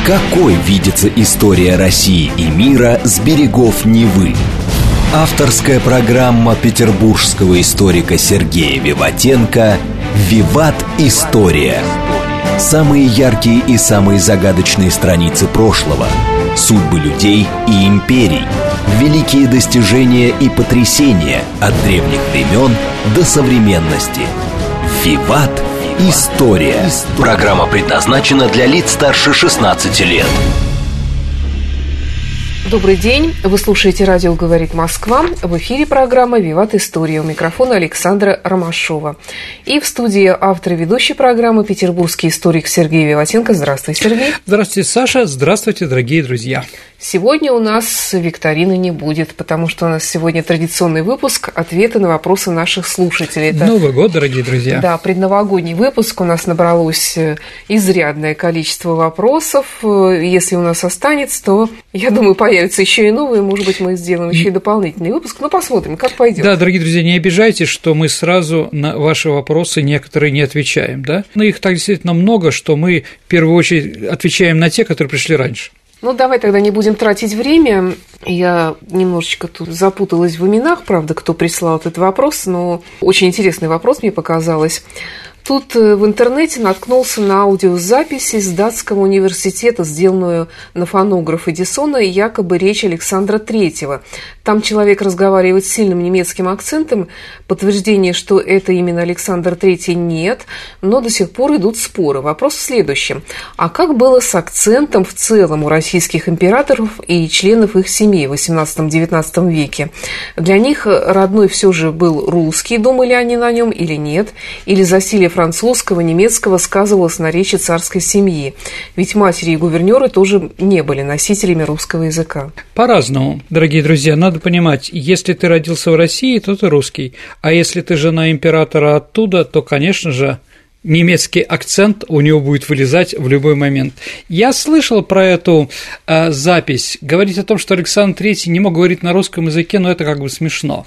Какой видится история России и мира с берегов Невы? Авторская программа петербургского историка Сергея Виватенко «Виват. История». Самые яркие и самые загадочные страницы прошлого, судьбы людей и империй, великие достижения и потрясения от древних времен до современности. «Виват. История». Программа предназначена для лиц старше 16 лет. Добрый день. Вы слушаете «Радио говорит Москва». В эфире программа «Виват. История». У микрофона Александра Ромашова. И в студии автор и ведущий программы петербургский историк Сергей Виватенко. Здравствуйте, Сергей. Здравствуйте, Саша. Здравствуйте, дорогие друзья. Сегодня у нас викторины не будет, потому что у нас сегодня традиционный выпуск «Ответы на вопросы наших слушателей». Это, Новый год, дорогие друзья. Да, предновогодний выпуск. У нас набралось изрядное количество вопросов. Если у нас останется, то, я думаю, появятся еще и новые. Может быть, мы сделаем еще и дополнительный выпуск. Но посмотрим, как пойдет. Да, дорогие друзья, не обижайтесь, что мы сразу на ваши вопросы некоторые не отвечаем. Да? Но их так действительно много, что мы в первую очередь отвечаем на те, которые пришли раньше. Ну, давай тогда не будем тратить время. Я немножечко тут запуталась в именах, правда, кто прислал этот вопрос, но очень интересный вопрос мне показалось. Тут в интернете наткнулся на аудиозапись из Датского университета, сделанную на фонограф Эдисона, и якобы речь Александра III. Там человек разговаривает с сильным немецким акцентом. Подтверждения, что это именно Александр III, нет, но до сих пор идут споры. Вопрос в следующем. А как было с акцентом в целом у российских императоров и членов их семей в XVIII-XIX веке? Для них родной все же был русский, думали они на нем или нет? Или засилие французского, немецкого сказывалось на речи царской семьи? Ведь матери и гувернеры тоже не были носителями русского языка. По-разному, дорогие друзья. Надо понимать, если ты родился в России, то ты русский. А если ты жена императора оттуда, то, конечно же, немецкий акцент у него будет вылезать в любой момент. Я слышал про эту запись. Говорить о том, что Александр III не мог говорить на русском языке, но это как бы смешно.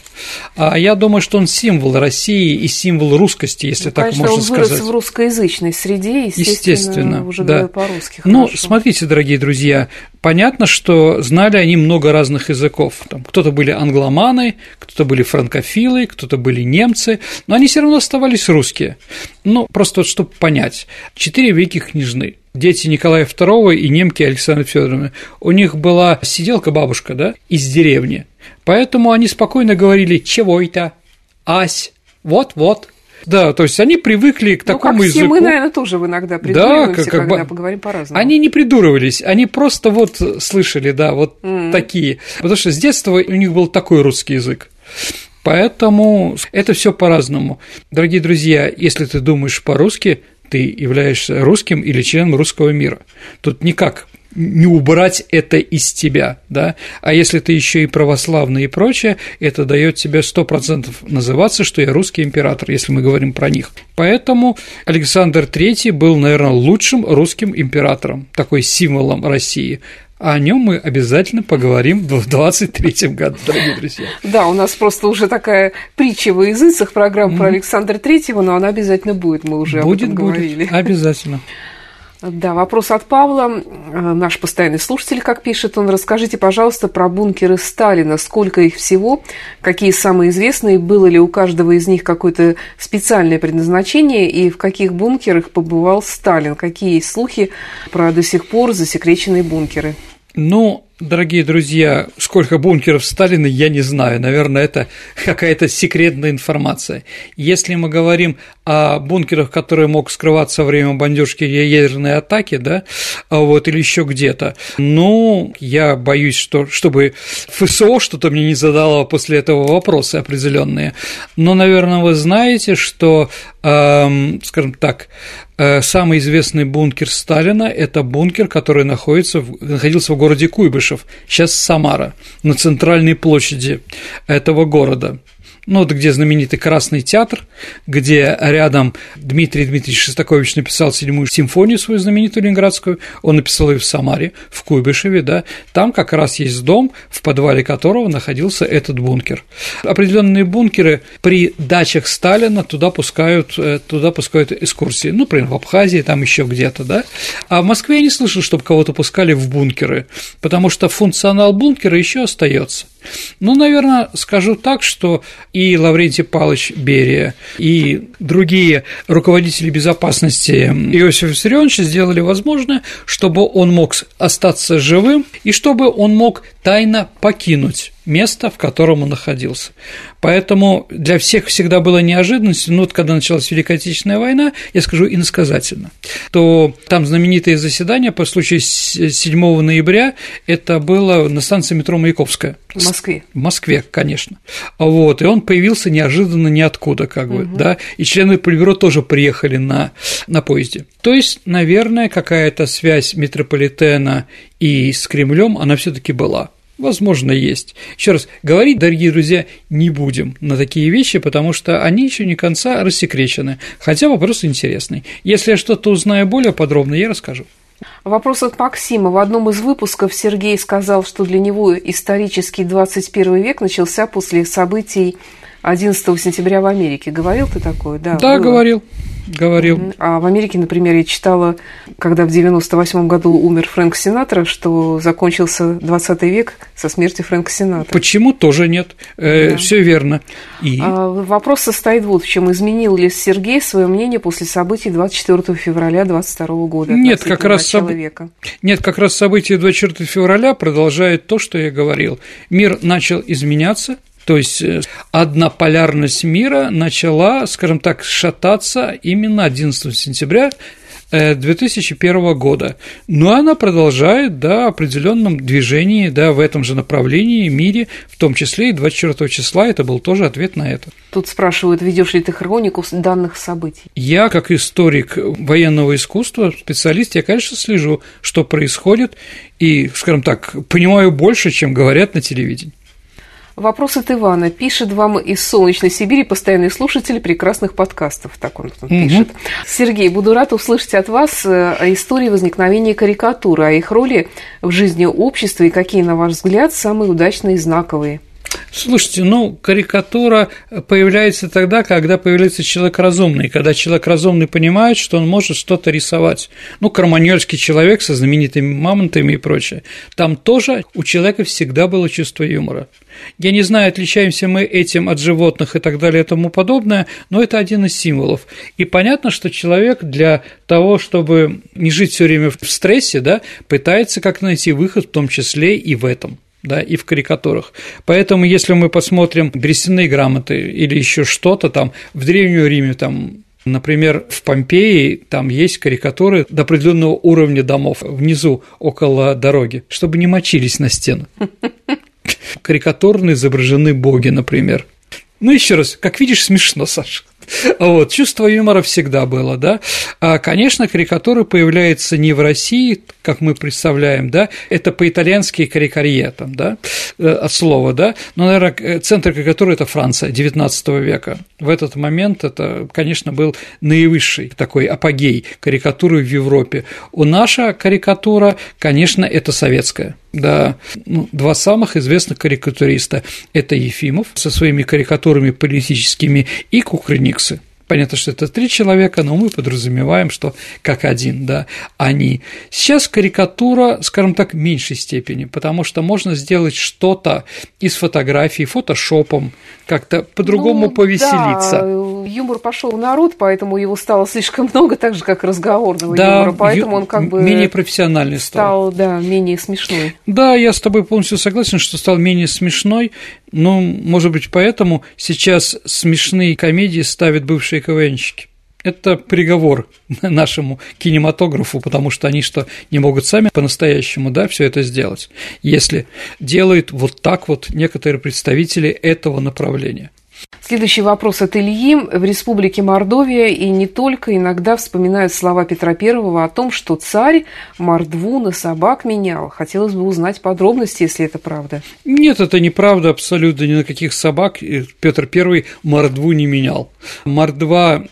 Я думаю, что он символ России и символ русскости, если так конечно, можно сказать. Он вырос в русскоязычной среде, естественно уже да. говорил по-русски. Ну, смотрите, дорогие друзья, понятно, что знали они много разных языков. Там кто-то были англоманы, кто-то были франкофилы, кто-то были немцы, но они все равно оставались русские. Ну, просто вот, чтобы понять, 4 великих княжны, дети Николая II и немки Александры Фёдоровны, у них была сиделка-бабушка, да, из деревни, поэтому они спокойно говорили «чего это?», «ась?», «вот-вот». Да, то есть они привыкли к такому языку. Мы, наверное, тоже иногда придуриваемся, когда поговорим по-разному. Они не придуривались, они просто вот слышали, да, вот такие. Потому что с детства у них был такой русский язык. Поэтому это все по-разному. Дорогие друзья, если ты думаешь по-русски, ты являешься русским или членом русского мира. Тут никак не убрать это из тебя, да, а если ты еще и православный и прочее, это дает тебе 100% называться, что я русский император, если мы говорим про них. Поэтому Александр III был, наверное, лучшим русским императором, такой символом России. О нем мы обязательно поговорим в 23-м году, дорогие друзья. Да, у нас просто уже такая притча во языцах, программа про Александра III, но она обязательно будет, мы уже об этом говорили. Будет, обязательно. Да, вопрос от Павла, наш постоянный слушатель, как пишет он. Расскажите, пожалуйста, про бункеры Сталина, сколько их всего, какие самые известные, было ли у каждого из них какое-то специальное предназначение и в каких бункерах побывал Сталин, какие есть слухи про до сих пор засекреченные бункеры? Ну, дорогие друзья, сколько бункеров Сталина, я не знаю. Наверное, это какая-то секретная информация. Если мы говорим о бункерах, которые мог скрываться во время бомбежки или ядерной атаки, да, вот, или еще где-то, ну, я боюсь, что чтобы ФСО что-то мне не задало после этого вопросы определенные. Но, наверное, вы знаете, что, скажем так, самый известный бункер Сталина – это бункер, который находился в городе Куйбышев, сейчас Самара, на центральной площади этого города. Ну, вот где знаменитый Красный театр, где рядом Дмитрий Дмитриевич Шостакович написал 7-ю симфонию свою знаменитую ленинградскую, он написал ее в Самаре, в Куйбышеве, да, там как раз есть дом, в подвале которого находился этот бункер. Определенные бункеры при дачах Сталина туда пускают экскурсии, ну, например, в Абхазии, там еще где-то, да, а в Москве я не слышал, чтобы кого-то пускали в бункеры, потому что функционал бункера еще остается. Ну, наверное, скажу так, что и Лаврентий Павлович Берия, и другие руководители безопасности Иосифа Виссарионовича сделали возможное, чтобы он мог остаться живым и чтобы он мог тайно покинуть место, в котором он находился. Поэтому для всех всегда было неожиданностью, ну вот когда началась Великая Отечественная война, я скажу иносказательно, то там знаменитое заседание по случаю 7 ноября, это было на станции метро Маяковская. В Москве. В Москве, конечно. Вот, и он появился неожиданно ниоткуда, как бы, да, и члены Политбюро тоже приехали на поезде. То есть, наверное, какая-то связь метрополитена и с Кремлем, она все-таки была. Возможно, есть. Еще раз, говорить, дорогие друзья, не будем на такие вещи, потому что они еще не конца рассекречены, хотя вопрос интересный. Если я что-то узнаю более подробно, я расскажу. Вопрос от Максима. В одном из выпусков Сергей сказал, что для него исторический 21 век начался после событий 11 сентября в Америке. Говорил ты такое? Да, было? Говорил. А в Америке, например, я читала, когда в 98 году умер Фрэнк Синатра, что закончился 20 век со смертью Фрэнка Синатра. Почему? Тоже нет. Да. Все верно. И? Вопрос состоит вот в чем. Изменил ли Сергей свое мнение после событий 24 февраля 22 года? Нет, как раз события 24 февраля продолжает то, что я говорил. Мир начал изменяться. То есть однополярность мира начала, скажем так, шататься именно 11 сентября 2001 года. Но она продолжает, да, в определенном движении, да, в этом же направлении, мире, в том числе и 24 числа, это был тоже ответ на это. Тут спрашивают, ведешь ли ты хронику данных событий? Я, как историк военного искусства, специалист, я, конечно, слежу, что происходит, и, скажем так, понимаю больше, чем говорят на телевидении. Вопрос от Ивана. Пишет вам из солнечной Сибири постоянный слушатель прекрасных подкастов. Так он пишет. Сергей, буду рад услышать от вас о истории возникновения карикатуры, о их роли в жизни общества и какие, на ваш взгляд, самые удачные и знаковые. Слушайте, карикатура появляется тогда, когда появляется человек разумный, когда человек разумный понимает, что он может что-то рисовать. Карманьольский человек со знаменитыми мамонтами и прочее. Там тоже у человека всегда было чувство юмора. Я не знаю, отличаемся мы этим от животных и так далее и тому подобное, но это один из символов. И понятно, что человек для того, чтобы не жить все время в стрессе, да, пытается как-то найти выход, в том числе и в этом. Да, и в карикатурах. Поэтому, если мы посмотрим берестяные грамоты или еще что-то там в Древнем Риме, там, например, в Помпеи, там есть карикатуры до определенного уровня домов внизу, около дороги, чтобы не мочились на стену. Карикатурно изображены боги, например. Еще раз, как видишь, смешно, Саша. Чувство юмора всегда было, да. Конечно, карикатуры появляются не в России, как мы представляем, да, это по-итальянски карикарье, там, да, от слова, да, но, наверное, центр карикатуры – это Франция XIX века. В этот момент это, конечно, был наивысший такой апогей карикатуры в Европе. Наша карикатура, конечно, это советская. Да, два самых известных карикатуриста – это Ефимов со своими карикатурами политическими и Кукрыниксы. Понятно, что это 3 человека, но мы подразумеваем, что как один, да, они. Сейчас карикатура, скажем так, в меньшей степени, потому что можно сделать что-то из фотографий, фотошопом, как-то по-другому повеселиться. Да, юмор пошел в народ, поэтому его стало слишком много, так же, как разговорного юмора, поэтому он как бы менее профессиональный стал. Да, менее смешной. Да, я с тобой полностью согласен, что стал менее смешной, но, может быть, поэтому сейчас смешные комедии ставят бывшие КВНщики. Это приговор нашему кинематографу, потому что они не могут сами по-настоящему, да, все это сделать, если делают вот так вот некоторые представители этого направления. Следующий вопрос от Ильи. В Республике Мордовия и не только иногда вспоминают слова Петра I о том, что царь мордву на собак менял. Хотелось бы узнать подробности, если это правда. Нет, это неправда абсолютно, ни на каких собак Петр I мордву не менял. Мордва,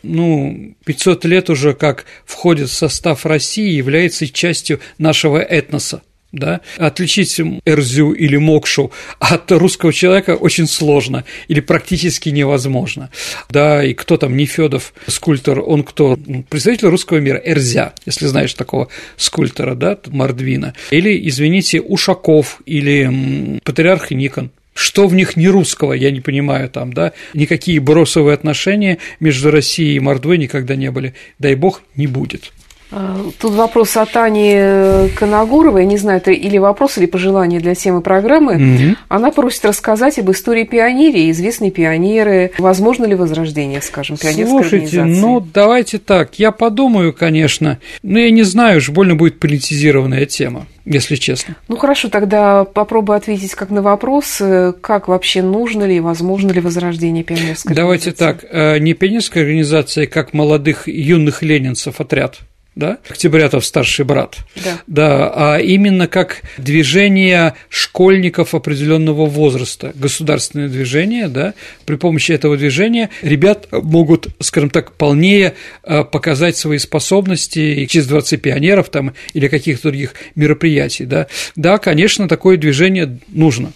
500 лет уже как входит в состав России, является частью нашего этноса. Да? Отличить эрзю или мокшу от русского человека очень сложно или практически невозможно. Да, и кто там, Нефёдов, скульптор, он кто? Представитель русского мира, эрзя, если знаешь такого скульптора, да, мордвина. Или, извините, Ушаков или патриарх Никон. Что в них не русского, я не понимаю там, да, никакие бросовые отношения между Россией и Мордвой никогда не были, дай бог, не будет. Тут вопрос от Ани Коногоровой, я не знаю, это или вопрос, или пожелание для темы программы. Угу. Она просит рассказать об истории пионерии, известные пионеры, возможно ли возрождение, скажем, пионерской организации. Слушайте, давайте так, я подумаю, конечно, но я не знаю, уж больно будет политизированная тема, если честно. Хорошо, тогда попробую ответить как на вопрос, как вообще нужно ли и возможно ли возрождение пионерской организации. Давайте так, не пионерская организация, как молодых юных ленинцев отряд, да, Октябрятов старший брат, да, а именно как движение школьников определенного возраста, государственное движение, да, при помощи этого движения ребят могут, скажем так, полнее показать свои способности через 20 пионеров там или каких-то других мероприятий, да, конечно, такое движение нужно,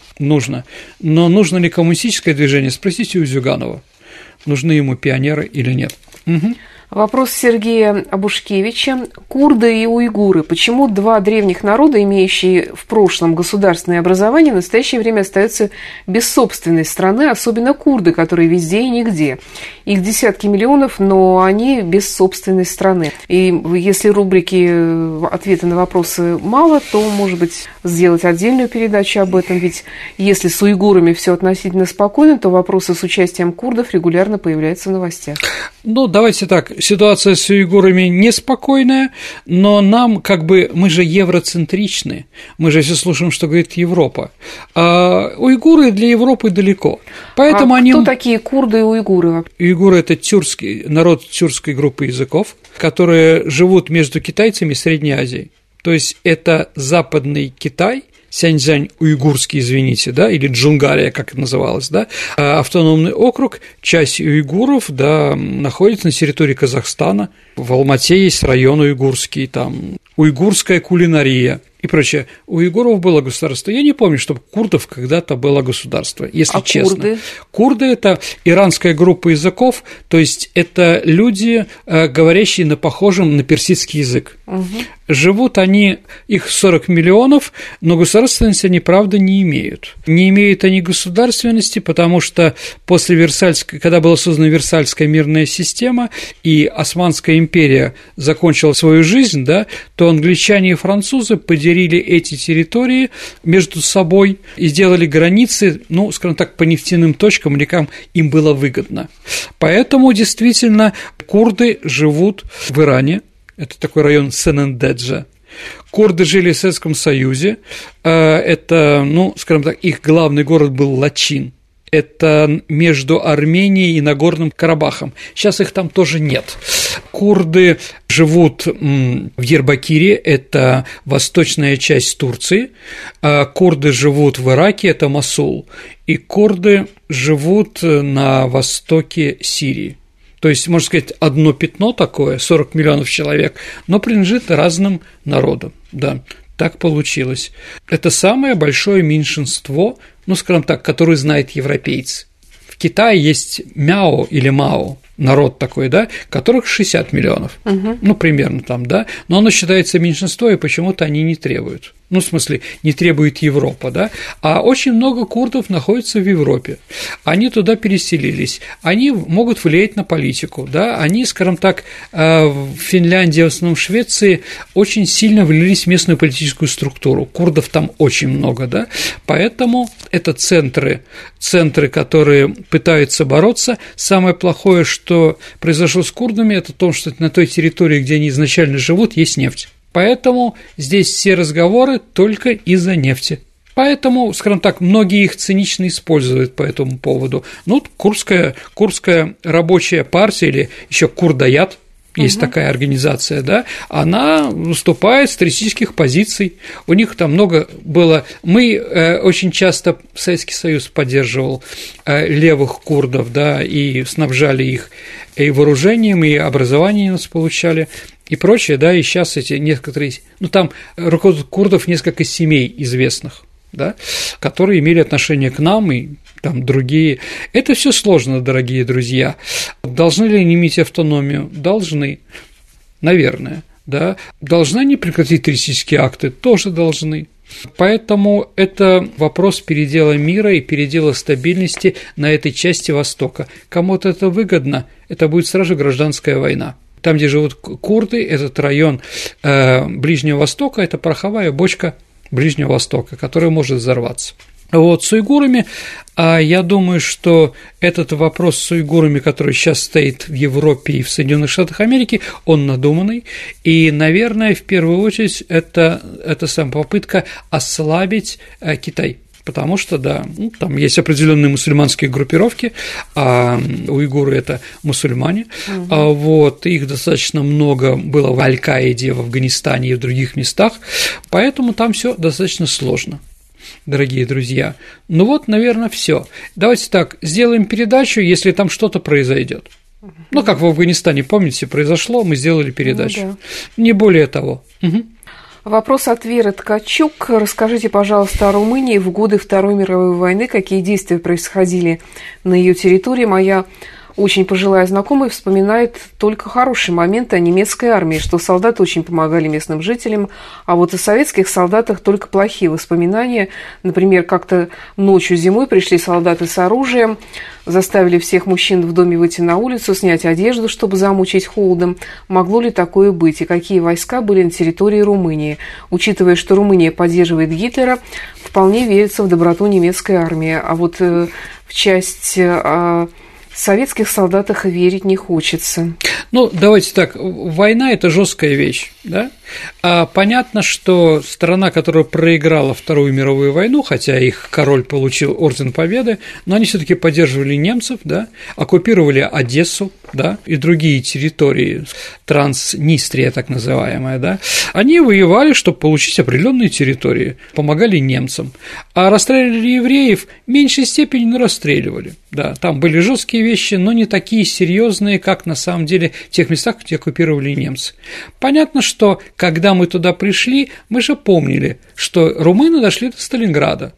но нужно ли коммунистическое движение, спросите у Зюганова, нужны ему пионеры или нет. Угу. Вопрос Сергея Абушкевича. Курды и уйгуры. Почему два древних народа, имеющие в прошлом государственное образование, в настоящее время остаются без собственной страны, особенно курды, которые везде и нигде? Их десятки миллионов, но они без собственной страны. И если рубрики «Ответы на вопросы» мало, то, может быть, сделать отдельную передачу об этом. Ведь если с уйгурами все относительно спокойно, то вопросы с участием курдов регулярно появляются в новостях. Давайте так. Ситуация с уйгурами неспокойная, но нам мы же евроцентричны, мы же все слушаем, что говорит Европа, а уйгуры для Европы далеко, поэтому кто такие курды и уйгуры? Уйгуры – это народ тюркской группы языков, которые живут между китайцами и Средней Азией, то есть это западный Китай, Сяньцзянь уйгурский, извините, да, или Джунгария, как это называлось, да, автономный округ, часть уйгуров, да, находится на территории Казахстана, в Алмате есть район уйгурский, там, уйгурская кулинария и прочее. У уйгуров было государство. Я не помню, чтобы курдов когда-то было государство, если честно. Курды? Курды – это иранская группа языков, то есть это люди, говорящие на похожем на персидский язык. Угу. Живут они, их 40 миллионов, но государственности они, правда, не имеют. Не имеют они государственности, потому что когда была создана Версальская мирная система и Османская империя закончила свою жизнь, да, то англичане и французы поделили эти территории между собой и сделали границы, скажем так, по нефтяным точкам, рекам, им было выгодно. Поэтому, действительно, курды живут в Иране. Это такой район Сенендеджа. Курды жили в Советском Союзе. Это, скажем так, их главный город был Лачин. Это между Арменией и Нагорным Карабахом. Сейчас их там тоже нет. Курды живут в Дьярбакире, это восточная часть Турции. Курды живут в Ираке, это Мосул. И курды живут на востоке Сирии. То есть, можно сказать, одно пятно такое, 40 миллионов человек, но принадлежит разным народам, да, так получилось. Это самое большое меньшинство, скажем так, которое знают европейцы. В Китае есть мяо или мао, народ такой, да, которых 60 миллионов, примерно там, да, но оно считается меньшинство, и почему-то они не требуют. В смысле, не требует Европа, да, а очень много курдов находится в Европе, они туда переселились, они могут влиять на политику, да, они, скажем так, в Финляндии, в основном в Швеции, очень сильно влились в местную политическую структуру, курдов там очень много, да, поэтому это центры, которые пытаются бороться. Самое плохое, что произошло с курдами, это то, что на той территории, где они изначально живут, есть нефть. Поэтому здесь все разговоры только из-за нефти. Поэтому, скажем так, многие их цинично используют по этому поводу. Ну, Курская рабочая партия или еще Курдаят, есть такая организация, да, она выступает с террористических позиций, у них там много было, мы очень часто, Советский Союз поддерживал левых курдов, да, и снабжали их и вооружением, и образованием нас получали, и прочее, да, и сейчас эти некоторые, ну, там руководят курдов несколько семей известных, да, которые имели отношение к нам и там другие. Это все сложно, дорогие друзья. Должны ли они иметь автономию? Должны, наверное, да. Должны они прекратить террористические акты? Тоже должны. Поэтому это вопрос передела мира и передела стабильности на этой части Востока. Кому-то это выгодно, это будет сразу же гражданская война. Там, где живут курды, этот район Ближнего Востока, это пороховая бочка Ближнего Востока, которая может взорваться. Вот, с уйгурами, я думаю, что этот вопрос с уйгурами, который сейчас стоит в Европе и в Соединенных Штатах Америки, он надуманный, и, наверное, в первую очередь, это сама попытка ослабить Китай. Потому что, да, ну, там есть определенные мусульманские группировки, а уйгуры – это мусульмане, вот, их достаточно много было в Аль-Каиде, в Афганистане и в других местах, поэтому там все достаточно сложно, дорогие друзья. Ну вот, наверное, все. Давайте так, сделаем передачу, если там что-то произойдет. Ну, как в Афганистане, помните, произошло, мы сделали передачу. Ну, да. Не более того. Вопрос от Веры Ткачук. Расскажите, пожалуйста, о Румынии в годы Второй мировой войны, какие действия происходили на ее территории. Моя очень пожилая знакомая вспоминает только хорошие моменты о немецкой армии, что солдаты очень помогали местным жителям, а вот о советских солдатах только плохие воспоминания. Например, как-то ночью зимой пришли солдаты с оружием, заставили всех мужчин в доме выйти на улицу, снять одежду, чтобы замучить холодом. Могло ли такое быть? И какие войска были на территории Румынии? Учитывая, что Румыния поддерживает Гитлера, вполне верится в доброту немецкой армии. А вот в часть советских солдатах верить не хочется. Ну, давайте так, война – это жесткая вещь, да? Понятно, что страна, которая проиграла Вторую мировую войну, хотя их король получил орден Победы, но они все-таки поддерживали немцев, да, оккупировали Одессу, да, и другие территории, Транснистрия так называемая, да, они воевали, чтобы получить определенные территории, помогали немцам, а расстреливали евреев в меньшей степени, но расстреливали, да, там были жесткие вещи, но не такие серьезные, как на самом деле в тех местах, где оккупировали немцы. Понятно, что когда мы туда пришли, мы же помнили, что румыны дошли до Сталинграда.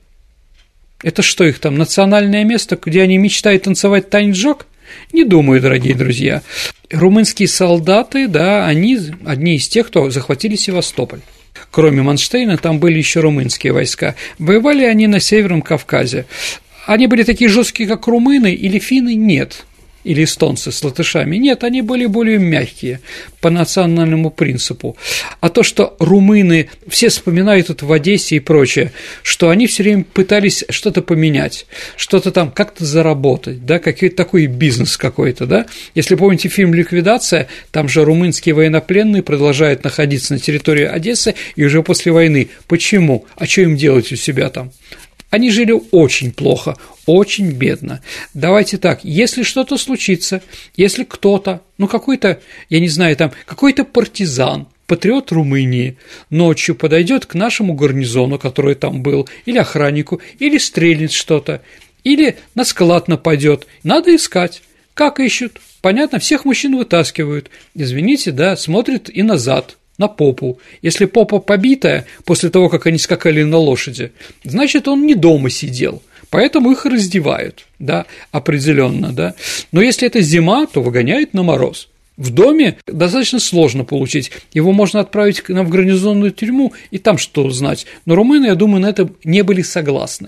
Это что, их там национальное место, где они мечтают танцевать танец-жок? Не думаю, дорогие друзья. Румынские солдаты, да, они одни из тех, кто захватили Севастополь. Кроме Манштейна, там были еще румынские войска. Воевали они на Северном Кавказе. Они были такие жесткие, как румыны или финны? Нет. Или эстонцы с латышами. Нет, они были более мягкие по национальному принципу. А то, что румыны, все вспоминают это в Одессе и прочее, что они все время пытались что-то поменять, что-то там как-то заработать, да, какой-то такой бизнес какой-то, да. Если помните фильм «Ликвидация», там же румынские военнопленные продолжают находиться на территории Одессы и уже после войны. Почему? А что им делать у себя там? Они жили очень плохо, очень бедно. Давайте так, если что-то случится, если кто-то, ну какой-то, я не знаю, там, какой-то партизан, патриот Румынии ночью подойдет к нашему гарнизону, который там был, или охраннику, или стрельнет что-то, или на склад нападет, надо искать. Как ищут? Понятно, всех мужчин вытаскивают, извините, да, смотрят и назад. На попу. Если попа побитая после того, как они скакали на лошади, значит, он не дома сидел, поэтому их раздевают, да, определенно, да. Но если это зима, то выгоняют на мороз. В доме достаточно сложно получить, его можно отправить в гарнизонную тюрьму и там что узнать, но румыны, я думаю, на это не были согласны.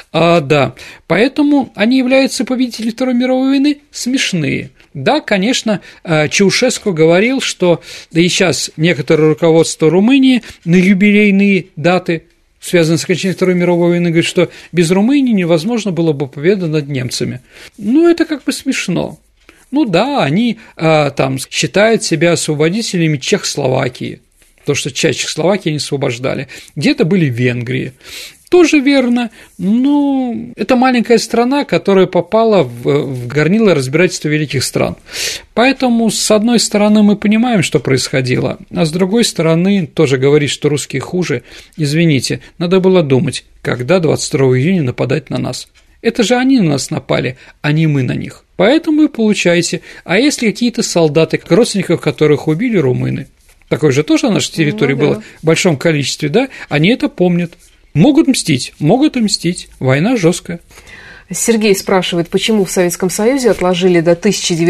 Да, поэтому они являются победителями Второй мировой войны смешные. Да, конечно, Чаушеску говорил, что, да и сейчас некоторое руководство Румынии на юбилейные даты, связанные с окончанием Второй мировой войны, говорит, что без Румынии невозможно было бы победа над немцами. Ну, это как бы смешно. Ну да, они там считают себя освободителями Чехословакии, то, что часть Чехословакии они освобождали, где-то были в Венгрии. Тоже верно, но это маленькая страна, которая попала в горнило разбирательства великих стран. Поэтому, с одной стороны, мы понимаем, что происходило, а с другой стороны, тоже говорить, что русские хуже, извините, надо было думать, когда 22 июня нападать на нас. Это же они на нас напали, а не мы на них. Поэтому и получайте. А если какие-то солдаты, родственников которых убили румыны, такое же тоже на нашей территории было в большом количестве, да, они это помнят. Могут мстить, могут и мстить. Война жесткая. Сергей спрашивает, почему в Советском Союзе отложили до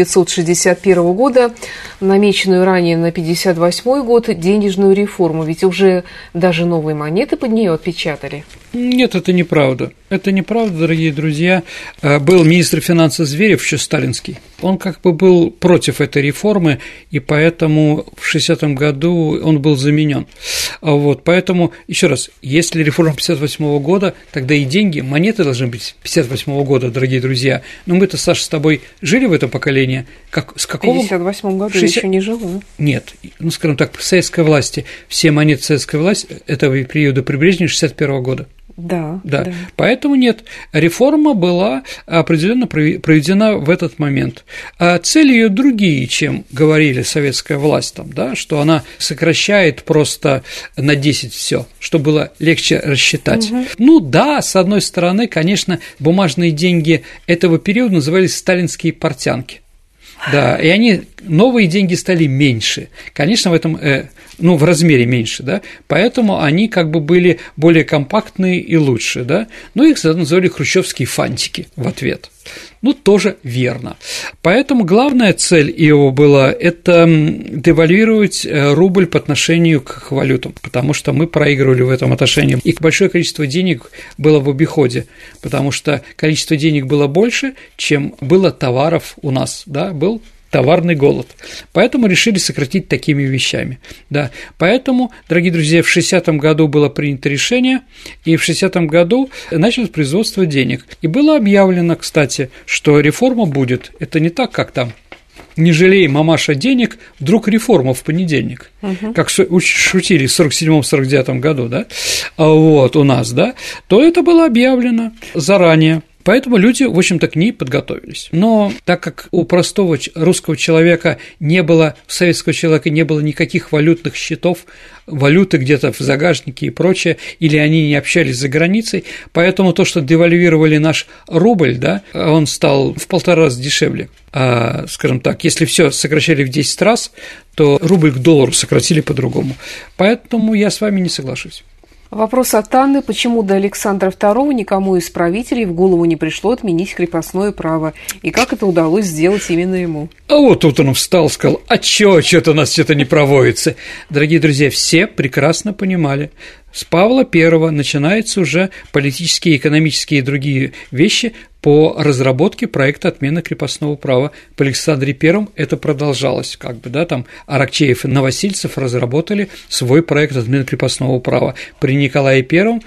1961 года намеченную ранее на 1958 год денежную реформу, ведь уже даже новые монеты под нее отпечатали. Нет, это неправда. Это неправда, дорогие друзья. Был министр финансов Зверев, еще сталинский. Он как бы был против этой реформы, и поэтому в 60-м году он был заменен. Вот, поэтому, еще раз, если реформа 58 года, тогда и деньги, монеты должны быть 58 года, дорогие друзья. Но мы-то, Саша, с тобой жили в это поколение? С какого? В 58 году я еще не жила. Нет, ну, скажем так, при советской власти, все монеты советской власти этого периода при Брежневе 61 года. Да. Поэтому нет, реформа была определенно проведена в этот момент. А цели ее другие, чем говорили советская власть, там, да, что она сокращает просто на 10 все, чтобы было легче рассчитать. Угу. Ну да, с одной стороны, конечно, бумажные деньги этого периода назывались сталинские портянки. Да, и они, новые деньги стали меньше, конечно, в этом, в размере меньше, да, поэтому они как бы были более компактные и лучше, да, но их называли хрущевские фантики в ответ. Ну, тоже верно. Поэтому главная цель его была – это девальвировать рубль по отношению к валютам, потому что мы проигрывали в этом отношении. И большое количество денег было в обиходе, потому что количество денег было больше, чем было товаров у нас, да, был товарный голод. Поэтому решили сократить такими вещами. Да. Поэтому, дорогие друзья, в 60-м году было принято решение, и в 60-м году началось производство денег. И было объявлено, кстати, что реформа будет. Это не так, как там. Не жалей, мамаша, денег, вдруг реформа в понедельник, как шутили в 47-49 году, да, вот у нас, да, то это было объявлено заранее. Поэтому люди, в общем-то, к ней подготовились. Но так как у простого русского человека не было, у советского человека не было никаких валютных счетов, валюты где-то в загашнике и прочее, или они не общались за границей, поэтому то, что девальвировали наш рубль, да, он стал в 1,5 раза дешевле. А, скажем так, если все сокращали в 10 раз, то рубль к доллару сократили по-другому. Поэтому я с вами не соглашусь. Вопрос от Анны. Почему до Александра II никому из правителей в голову не пришло отменить крепостное право? И как это удалось сделать именно ему? А вот тут он встал, сказал, что-то у нас что-то не проводится. Дорогие друзья, все прекрасно понимали. С Павла I начинаются уже политические, экономические и другие вещи по разработке проекта отмены крепостного права. По Александре I это продолжалось, как бы, да, там Аракчеев и Новосильцев разработали свой проект отмены крепостного права. При Николае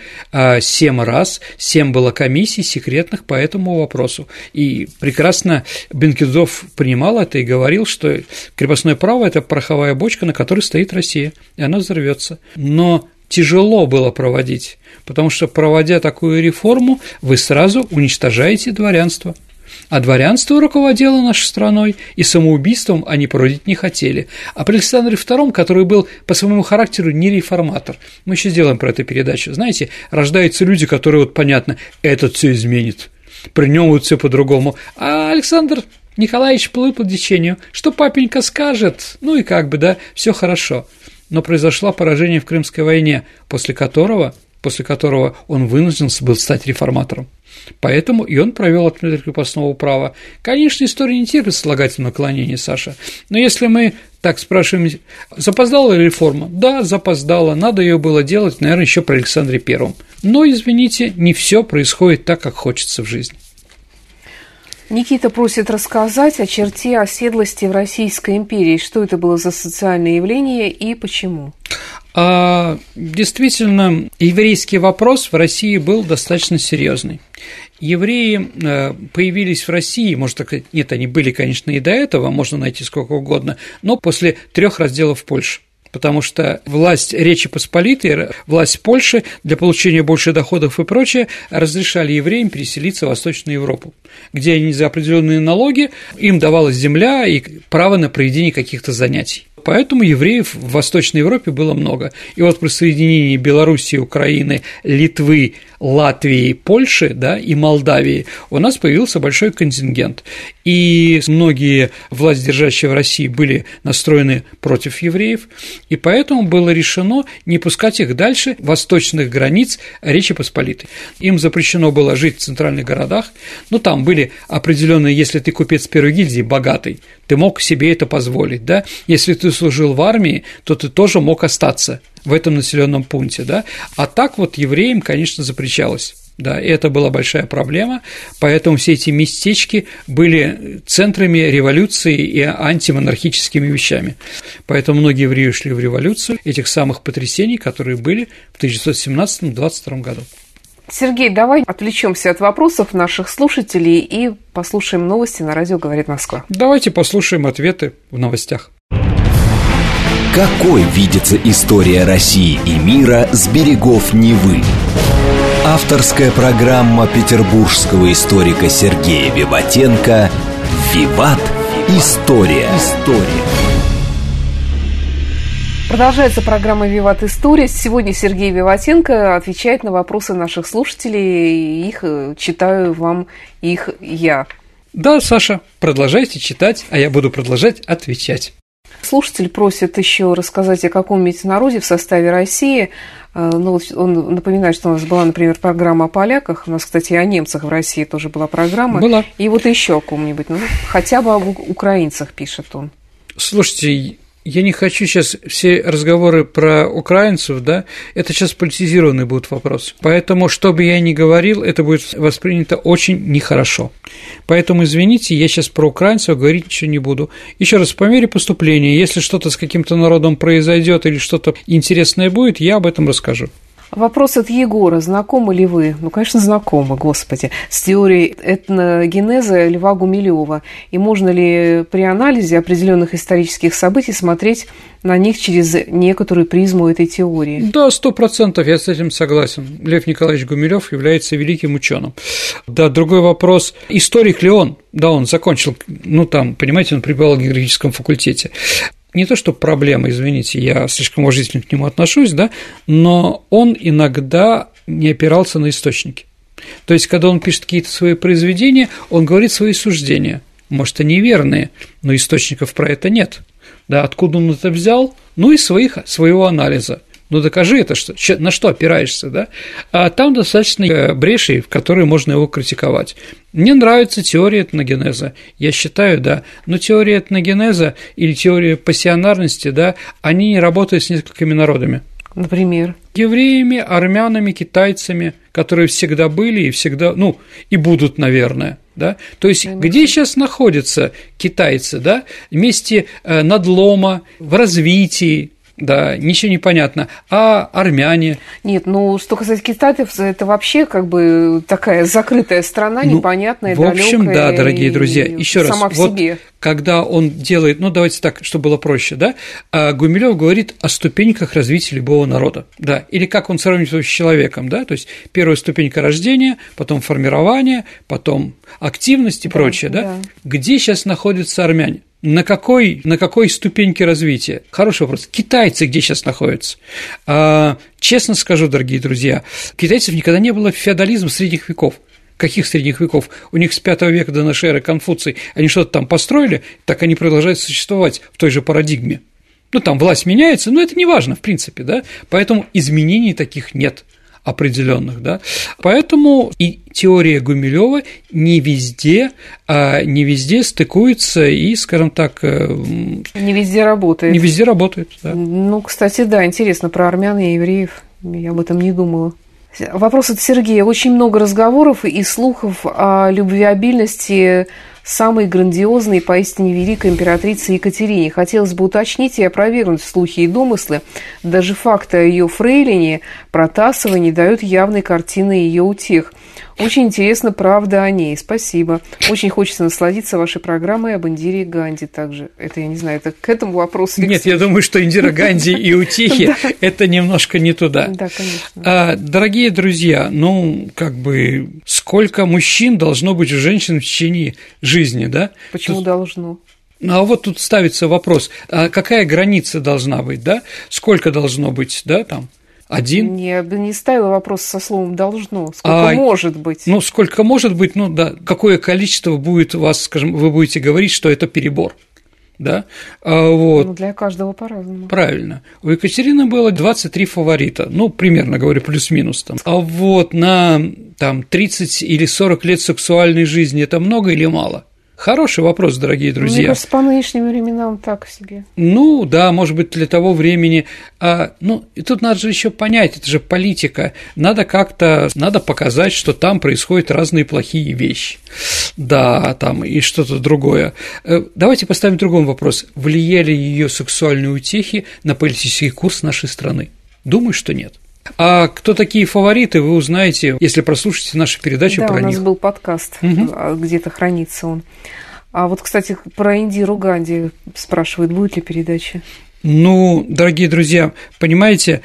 I 7 было комиссий секретных по этому вопросу. И прекрасно Бенкендорф принимал это и говорил, что крепостное право – это пороховая бочка, на которой стоит Россия, и она взорвется. Но тяжело было проводить, потому что, проводя такую реформу, вы сразу уничтожаете дворянство. А дворянство руководило нашей страной, и самоубийством они проводить не хотели. А при Александре II, который был по своему характеру не реформатор, мы еще сделаем про эту передачу, знаете, рождаются люди, которые, вот понятно, этот все изменит, при нем вот все по-другому. А Александр Николаевич плыл по течению, что папенька скажет, ну и как бы, да, все хорошо. Но произошло поражение в Крымской войне, после которого он вынужден был стать реформатором. Поэтому и он провел отмену крепостного права. Конечно, история не терпит слагательного наклонения, Саша, но если мы так спрашиваем, запоздала ли реформа? Да, запоздала, надо ее было делать, наверное, еще при Александре I. Но, извините, не все происходит так, как хочется в жизни. Никита просит рассказать о черте оседлости в Российской империи. Что это было за социальное явление и почему? Действительно, еврейский вопрос в России был достаточно серьезный. Евреи появились в России, можно так сказать, нет, они были, конечно, и до этого, можно найти сколько угодно, но после 3 разделов Польши. потому что власть Речи Посполитой, власть Польши для получения больше доходов и прочее разрешали евреям переселиться в Восточную Европу, где они за определенные налоги, им давалась земля и право на проведение каких-то занятий. Поэтому евреев в Восточной Европе было много. И вот присоединение Белоруссии, Украины, Литвы, Латвии, Польши, да, и Молдавии у нас появился большой контингент. И многие властьдержащие в России были настроены против евреев, и поэтому было решено не пускать их дальше восточных границ Речи Посполитой. Им запрещено было жить в центральных городах, но там были определенные, если ты купец первой гильдии, богатый, ты мог себе это позволить, да, если ты служил в армии, то ты тоже мог остаться в этом населенном пункте, да, а так вот евреям, конечно, запрещалось. Да, и это была большая проблема, поэтому все эти местечки были центрами революции и антимонархическими вещами. Поэтому многие евреи ушли в революцию этих самых потрясений, которые были в 1917-22 году. Сергей, давай отвлечемся от вопросов наших слушателей и послушаем новости на радио «Говорит Москва». Давайте послушаем ответы в новостях. Какой видится история России и мира с берегов Невы? Авторская программа петербургского историка Сергея Виватенко «Виват. История». Продолжается программа «Виват. История». Сегодня Сергей Виватенко отвечает на вопросы наших слушателей. Их читаю вам их я. Да, Саша, продолжайте читать, а я буду продолжать отвечать. Слушатель просит еще рассказать о каком-нибудь народе в составе России. Ну, вот он напоминает, что у нас была, например, программа о поляках. У нас, кстати, и о немцах в России тоже была программа. Была. И вот еще о ком-нибудь. Ну, хотя бы об украинцах, пишет он. Слушайте, я не хочу сейчас все разговоры про украинцев, да, это сейчас политизированный будут вопросы. Поэтому, что бы я ни говорил, это будет воспринято очень нехорошо. Поэтому, извините, я сейчас про украинцев говорить ничего не буду. Еще раз, по мере поступления, если что-то с каким-то народом произойдет или что-то интересное будет, я об этом расскажу. Вопрос от Егора. Знакомы ли вы, ну, конечно, знакомы, господи, с теорией этногенеза Льва Гумилёва? И можно ли при анализе определенных исторических событий смотреть на них через некоторую призму этой теории? Да, 100% я с этим согласен. Лев Николаевич Гумилёв является великим ученым. Да, другой вопрос, историк ли он? Да, он закончил, ну, там, понимаете, он преподавал в географическом факультете. Не то, что проблема, извините, я слишком уважительно к нему отношусь, да, но он иногда не опирался на источники. То есть, когда он пишет какие-то свои произведения, он говорит свои суждения. Может, они верные, но источников про это нет. Да, откуда он это взял? Ну, из своего анализа. Ну, докажи это, на что опираешься, да? А там достаточно брешей, в которые можно его критиковать. Мне нравится теория этногенеза, я считаю, да, но теория этногенеза или теория пассионарности, да, они не работают с несколькими народами. Например? Евреями, армянами, китайцами, которые всегда были и всегда, ну, и будут, наверное, да? То есть, где сейчас находятся китайцы, да, вместе надлома, в развитии, да, ничего не понятно. А армяне? Нет, ну, что касается китайцев, это вообще как бы такая закрытая страна, непонятная, далёкая. В общем, да, дорогие друзья, еще раз, сама в вот себе. Когда он делает, ну, давайте так, чтобы было проще, да, Гумилёв говорит о ступеньках развития любого народа, да, или как он сравнивает с человеком, да, то есть первая ступенька рождения, потом формирование, потом активность и прочее, да. Где сейчас находятся армяне? На какой ступеньке развития? Хороший вопрос. Китайцы где сейчас находятся? Честно скажу, дорогие друзья, китайцев никогда не было феодализма средних веков. Каких средних веков? У них с V века до нашей эры Конфуций, они что-то там построили, так они продолжают существовать в той же парадигме. Ну, там власть меняется, но это не важно, в принципе, да, поэтому изменений таких нет определенных, да, поэтому и теория Гумилёва не везде стыкуется и, скажем так, не везде работает. Не везде работает, да. Ну, кстати, да, интересно про армян и евреев, я об этом не думала. Вопрос от Сергея. Очень много разговоров и слухов о любвеобильности самой грандиозной и поистине великой императрицы Екатерине. Хотелось бы уточнить и опровергнуть слухи и домыслы. Даже факты о ее фрейлине Протасовой не дают явной картины ее утех. Очень интересно, правда о ней. Спасибо. Очень хочется насладиться вашей программой об Индире Ганди также. Это, я не знаю, это к этому вопросу. Нет, я думаю, что Индира Ганди и утихи – это немножко не туда. Да, конечно. Дорогие друзья, сколько мужчин должно быть у женщин в течение жизни, да? Почему должно? А вот тут ставится вопрос, а какая граница должна быть, да? Сколько должно быть, да, там? Один? Я бы не ставила вопрос со словом «должно». Сколько может быть? Сколько может быть, какое количество будет у вас, скажем, вы будете говорить, что это перебор, да? Вот. Для каждого по-разному. Правильно. У Екатерины было 23 фаворита, примерно, говорю, плюс-минус там. А вот на 30 или 40 лет сексуальной жизни это много или мало? Хороший вопрос, дорогие друзья. Мне кажется, по нынешним временам так себе. Да, может быть, для того времени. И тут надо же еще понять, это же политика. Надо показать, что там происходят разные плохие вещи. Да, там и что-то другое. Давайте поставим другой вопрос. Влияли ее сексуальные утехи на политический курс нашей страны? Думаю, что нет. А кто такие фавориты, вы узнаете, если прослушаете нашу передачу про них. Да, у нас был подкаст, где-то хранится он. А вот, кстати, про Индиру Ганди спрашивают, будет ли передача? Дорогие друзья, понимаете,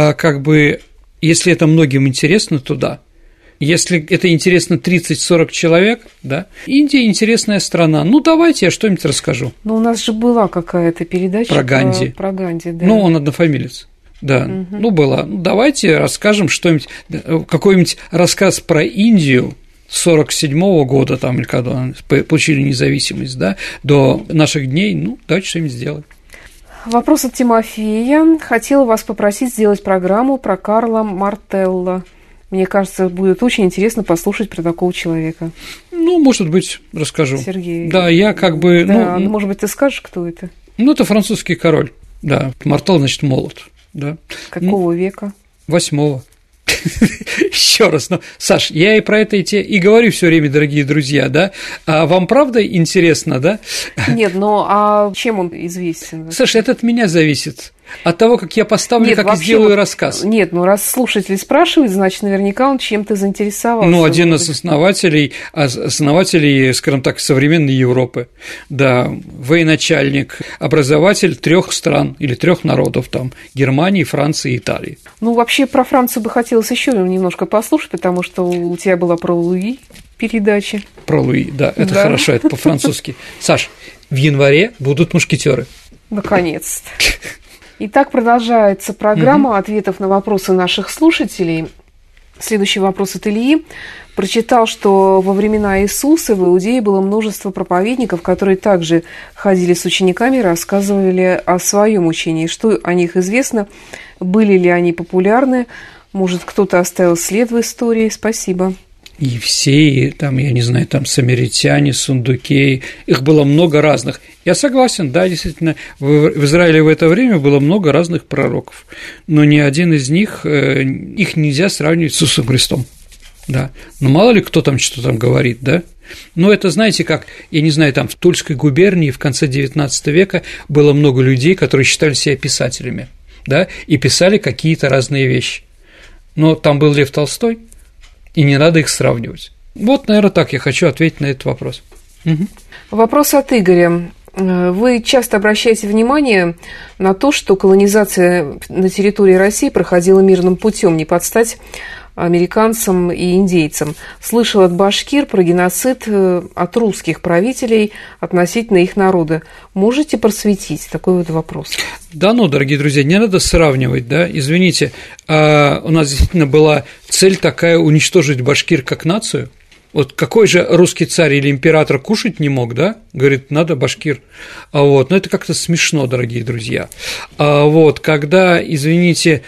если это многим интересно, то да. Если это интересно 30-40 человек, да, Индия интересная страна. Давайте я что-нибудь расскажу. У нас же была какая-то передача про Ганди. Про Ганди, да. Он однофамилец. Да, была. Давайте расскажем что-нибудь, какой-нибудь рассказ про Индию 47-го года, или когда получили независимость, да, до наших дней, давайте что-нибудь сделаем. Вопрос от Тимофея. Хотела вас попросить сделать программу про Карла Мартелла. Мне кажется, будет очень интересно послушать про такого человека. Может быть, расскажу. Сергей. Да, я Да, может быть, ты скажешь, кто это? Это французский король, да. Мартелл, значит, молот. Да. Какого века? 8-го. Еще раз, Саш, я и про это и говорю все время, дорогие друзья, да? А вам правда интересно, да? Нет, а чем он известен? Саш, это от меня зависит. От того, как я поставлю, как вообще сделаю рассказ. Нет, раз слушатель спрашивает, значит, наверняка он чем-то заинтересовался. Один из основателей, скажем так, современной Европы, да, военачальник, образователь 3 стран или 3 народов, Германии, Франции и Италии. Вообще про Францию бы хотелось еще немножко послушать, потому что у тебя была про Луи передача. Про Луи, да, это хорошо, это по-французски. Саш, в январе будут мушкетеры. Наконец-то. Итак, продолжается программа ответов на вопросы наших слушателей. Следующий вопрос от Ильи. Прочитал, что во времена Иисуса в Иудее было множество проповедников, которые также ходили с учениками и рассказывали о своем учении. Что о них известно? Были ли они популярны? Может, кто-то оставил след в истории? Спасибо. Евсеи, я не знаю, самаритяне, сундукеи, их было много разных. Я согласен, да, действительно, в Израиле в это время было много разных пророков, но ни один из них, их нельзя сравнивать с Иисусом Христом, да. Мало ли кто что говорит, да. Это, знаете, как, я не знаю, в Тульской губернии в конце XIX века было много людей, которые считали себя писателями, да, и писали какие-то разные вещи. Но там был Лев Толстой, и не надо их сравнивать. Наверное, так я хочу ответить на этот вопрос. Вопрос от Игоря. Вы часто обращаете внимание на то, что колонизация на территории России проходила мирным путем, не под стать американцам и индейцам. Слышал от башкир про геноцид от русских правителей относительно их народа. Можете просветить? Такой вопрос. Да, дорогие друзья, не надо сравнивать, да, извините, у нас действительно была цель такая уничтожить башкир как нацию. Какой же русский царь или император кушать не мог, да? Говорит, надо башкир. Но это как-то смешно, дорогие друзья. Когда, извините,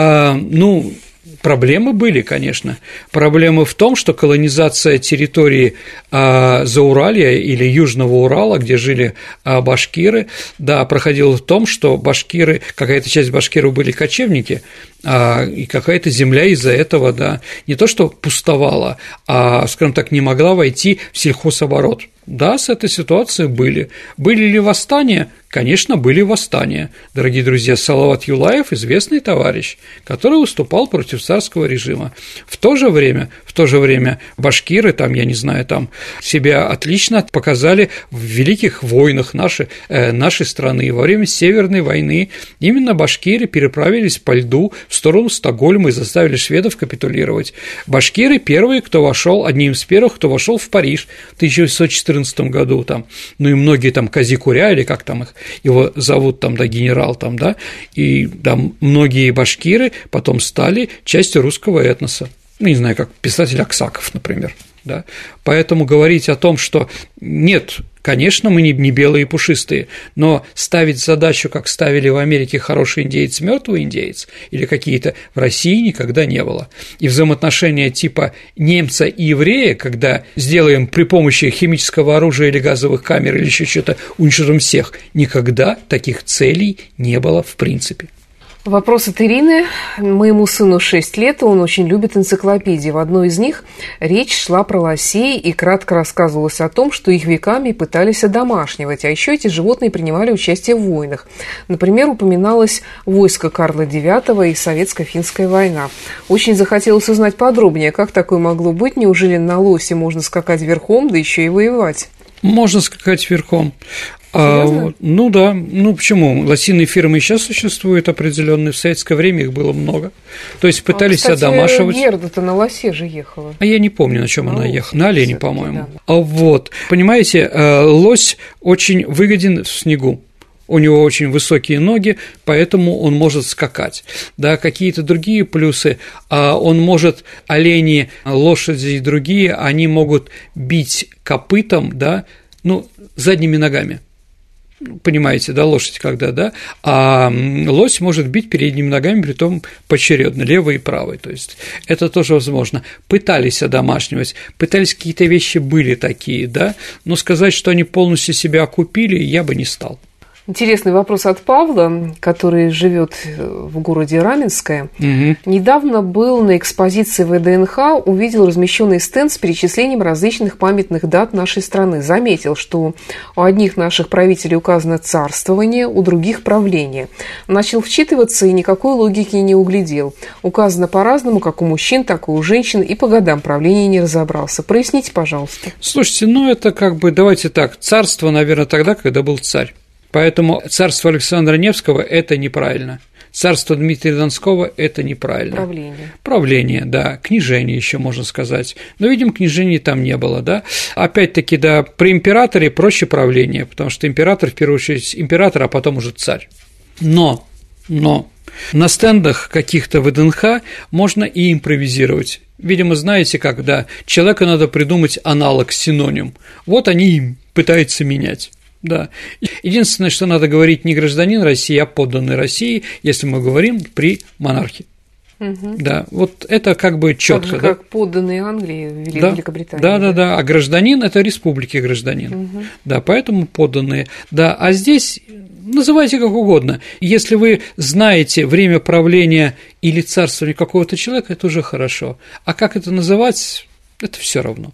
проблемы были, конечно. Проблемы в том, что колонизация территории Зауралья или Южного Урала, где жили башкиры, да, проходила в том, что башкиры, какая-то часть башкиров были кочевники, и какая-то земля из-за этого, да, не то что пустовала, а, скажем так, не могла войти в сельхозоборот. Да, с этой ситуацией были. Были ли восстания? Конечно, были восстания. Дорогие друзья, Салават Юлаев – известный товарищ, который выступал против царского режима. В то же время башкиры, там, я не знаю, там себя отлично показали в великих войнах нашей страны. Во время Северной войны именно башкиры переправились по льду в сторону Стокгольма и заставили шведов капитулировать. Башкиры первые, кто вошел, одним из первых, кто вошел в Париж в 1914 году, там, ну и многие там Казикуря, или как там его зовут, там, да, генерал, там, да, и там многие башкиры потом стали частью русского этноса. Ну, не знаю, как писатель Аксаков, например, да. Поэтому говорить о том, что нет, конечно, мы не белые и пушистые, но ставить задачу, как ставили в Америке хороший индеец, мертвый индеец, или какие-то, в России никогда не было. И взаимоотношения типа немца и еврея, когда сделаем при помощи химического оружия или газовых камер или еще что-то, уничтожим всех, никогда таких целей не было в принципе. Вопрос от Ирины. Моему сыну 6 лет, и он очень любит энциклопедии. В одной из них речь шла про лосей, и кратко рассказывалось о том, что их веками пытались одомашнивать, а еще эти животные принимали участие в войнах. Например, упоминалось войско Карла IX и Советско-финская война. Очень захотелось узнать подробнее, как такое могло быть, неужели на лосе можно скакать верхом, да еще и воевать? Можно скакать верхом. Ну да, ну почему? Лосиные фирмы сейчас существуют определенные, в советское время их было много. То есть пытались одомашивать. Герда-то на лосе же ехала. А я не помню, на чем она ехала. На олене, по-моему. Да. Вот. Понимаете, лось очень выгоден в снегу. У него очень высокие ноги, поэтому он может скакать. Да, какие-то другие плюсы, он может, олени, лошади и другие, они могут бить копытом, да, ну, задними ногами. Понимаете, да, лошадь когда, да, а лось может бить передними ногами, притом поочередно, левой и правой, то есть это тоже возможно. Пытались одомашнивать, пытались, какие-то вещи были такие, да, но сказать, что они полностью себя окупили, я бы не стал. Интересный вопрос от Павла, который живет в городе Раменское. Угу. Недавно был на экспозиции ВДНХ, увидел размещенный стенд с перечислением различных памятных дат нашей страны. Заметил, что у одних наших правителей указано царствование, у других правление. Начал вчитываться и никакой логики не углядел. Указано по-разному, как у мужчин, так и у женщин, и по годам правления не разобрался. Проясните, пожалуйста. Слушайте, ну это как бы, давайте так, царство, наверное, тогда, когда был царь. Поэтому царство Александра Невского – это неправильно. Царство Дмитрия Донского – это неправильно. Правление, да. Княжение еще можно сказать. Но, видимо, княжений там не было, да. Опять-таки, да, при императоре проще правление, потому что император, в первую очередь, император, а потом уже царь. Но на стендах каких-то ВДНХ можно и импровизировать. Видимо, знаете как, да, человеку надо придумать аналог, синоним. Вот они им пытаются менять. Да. Единственное, что надо говорить не гражданин России, а подданный России, если мы говорим при монархии. Угу. Да, вот это как бы четко. Так же, как подданные Англии в Великобритании. Да, а гражданин – это республики гражданин. Угу. Да, поэтому подданные. Да, а здесь называйте как угодно. Если вы знаете время правления или царствования какого-то человека, это уже хорошо. А как это называть, это все равно.